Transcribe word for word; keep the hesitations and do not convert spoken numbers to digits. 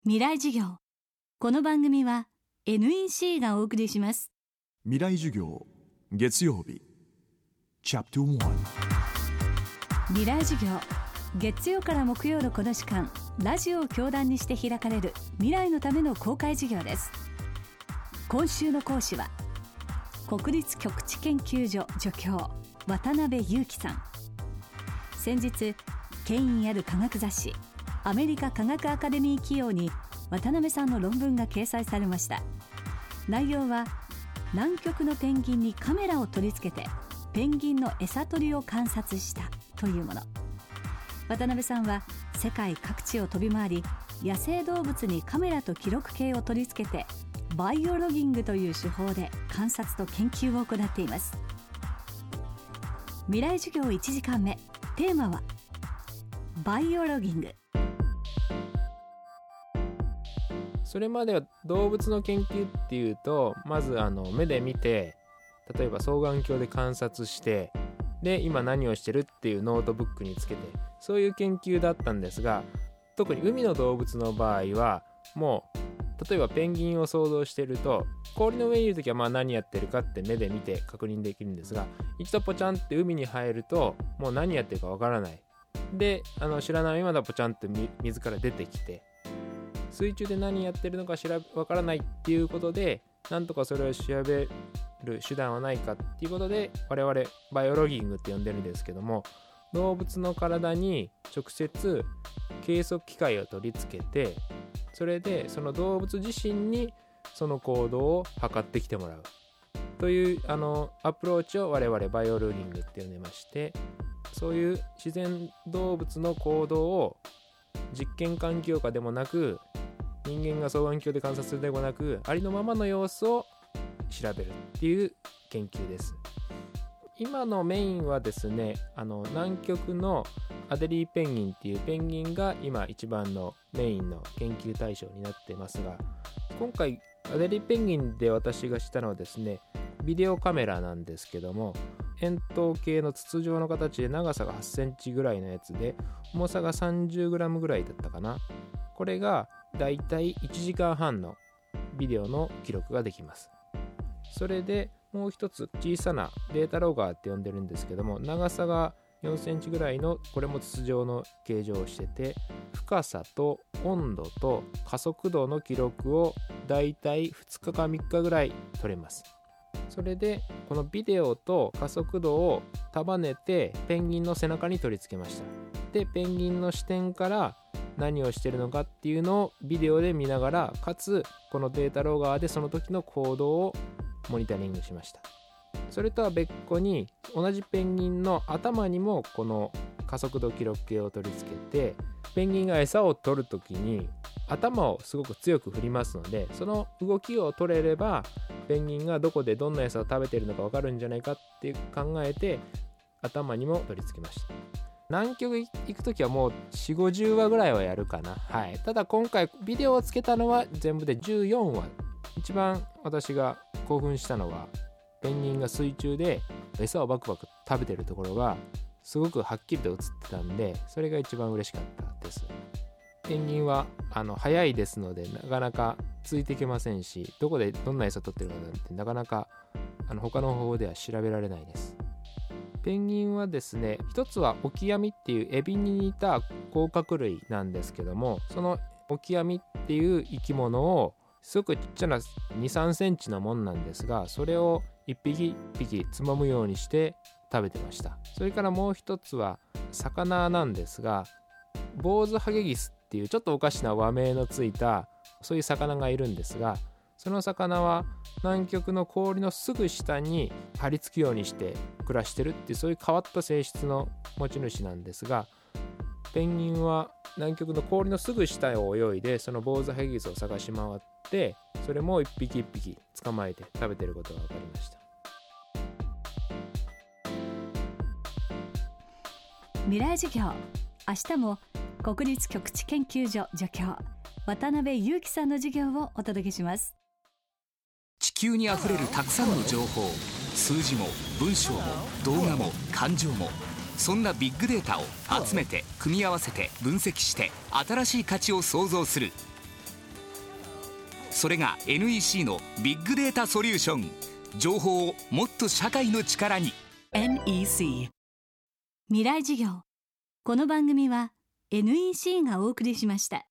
未来授業。この番組は エヌイーシー がお送りします。 未来授業月曜日チャプターワン。 未来授業月曜から木曜のこの時間、ラジオを教壇にして開かれる未来のための公開授業です。今週の講師は国立極地研究所助教渡辺裕樹さん。先日権威ある科学雑誌アメリカ科学アカデミー起用に渡辺さんの論文が掲載されました。内容は南極のペンギンにカメラを取り付けてペンギンの餌取りを観察したというもの。渡辺さんは世界各地を飛び回り、野生動物にカメラと記録計を取り付けてバイオロギングという手法で観察と研究を行っています。未来授業いちじかんめ、テーマはバイオロギング。 それまでは動物の研究っていうと、まずあの目で見て、例えば双眼鏡で観察して、で今何をしてるっていうノートブックにつけて、そういう研究だったんですが、特に海の動物の場合はもう例えばペンギンを想像してると、氷の上にいるときはまあ何やってるかって目で見て確認できるんですが、一度ポチャンって海に入るともう何やってるかわからない。であの知らないままポチャンって水から出てきて、水中で何やってるのかわからないっていうことで、なんとかそれを調べる手段はないかっていうことで、我々バイオロギングって呼んでるんですけども、動物の体に直接計測機械を取り付けて、それでその動物自身にその行動を測ってきてもらうというあのアプローチを我々バイオロギングって呼んでまして、そういう自然動物の行動を実験環境下でもなく、人間が双眼鏡で観察するでもなく、ありのままの様子を調べるっていう研究です。今のメインはですね、あの南極のアデリーペンギンっていうペンギンが今一番のメインの研究対象になってますが、今回アデリーペンギンで私がしたのはですね、ビデオカメラなんですけども、円筒形の筒状の形で長さがはちセンチぐらいのやつで、重さがさんじゅうグラムぐらいだったかな。これがだいたいいちじかんはんのビデオの記録ができます。それでもう一つ小さなデータロガーって呼んでるんですけども、長さがよんセンチぐらいの、これも筒状の形状をしてて、深さと温度と加速度の記録をだいたいふつかかみっかぐらい取れます。それでこのビデオと加速度を束ねてペンギンの背中に取り付けました。でペンギンの視点から何をしてるのかっていうのをビデオで見ながら、かつこのデータロガーでその時の行動をモニタリングしました。それとは別個に同じペンギンの頭にもこの加速度記録計を取り付けて、ペンギンが餌を取る時に頭をすごく強く振りますので、その動きを取れればペンギンがどこでどんな餌を食べているのか分かるんじゃないかって考えて、頭にも取り付けました。南極行くときはもうよんじゅう、ごじゅうわぐらいはやるかな。はい。ただ今回ビデオをつけたのは全部でじゅうよんわ。一番私が興奮したのは、ペンギンが水中で餌をバクバク食べてるところがすごくはっきりと映ってたんで、それが一番嬉しかったです。ペンギンはあの速いですので、なかなかついていけませんし、どこでどんな餌取ってるかなんてなかなかあの他の方法では調べられないです。ペンギンはですね、一つはオキアミっていうエビに似た甲殻類なんですけども、そのオキアミっていう生き物をすごくちっちゃなに、さんセンチのもんなんですが、それを一匹一匹つまむようにして食べてました。それからもう一つは魚なんですが、ボウズハゲギスっていうちょっとおかしな和名のついたそういう魚がいるんですが、その魚は南極の氷のすぐ下に張り付くようにして暮らしてるっていう、そういう変わった性質の持ち主なんですが、ペンギンは南極の氷のすぐ下を泳いで、そのボウズハゲギスを探し回って、それも一匹一匹捕まえて食べてることが分かりました。 未来授業、明日も国立極地研究所助教渡辺裕樹さんの授業をお届けします。 地球にあふれるたくさんの情報、数字も文章も動画も感情も、そんなビッグデータを集めて組み合わせて分析して新しい価値を創造するそれが エヌイーシー のビッグデータソリューション。情報をもっと社会の力に。 エヌイーシー 未来事業。この番組は エヌイーシー がお送りしました。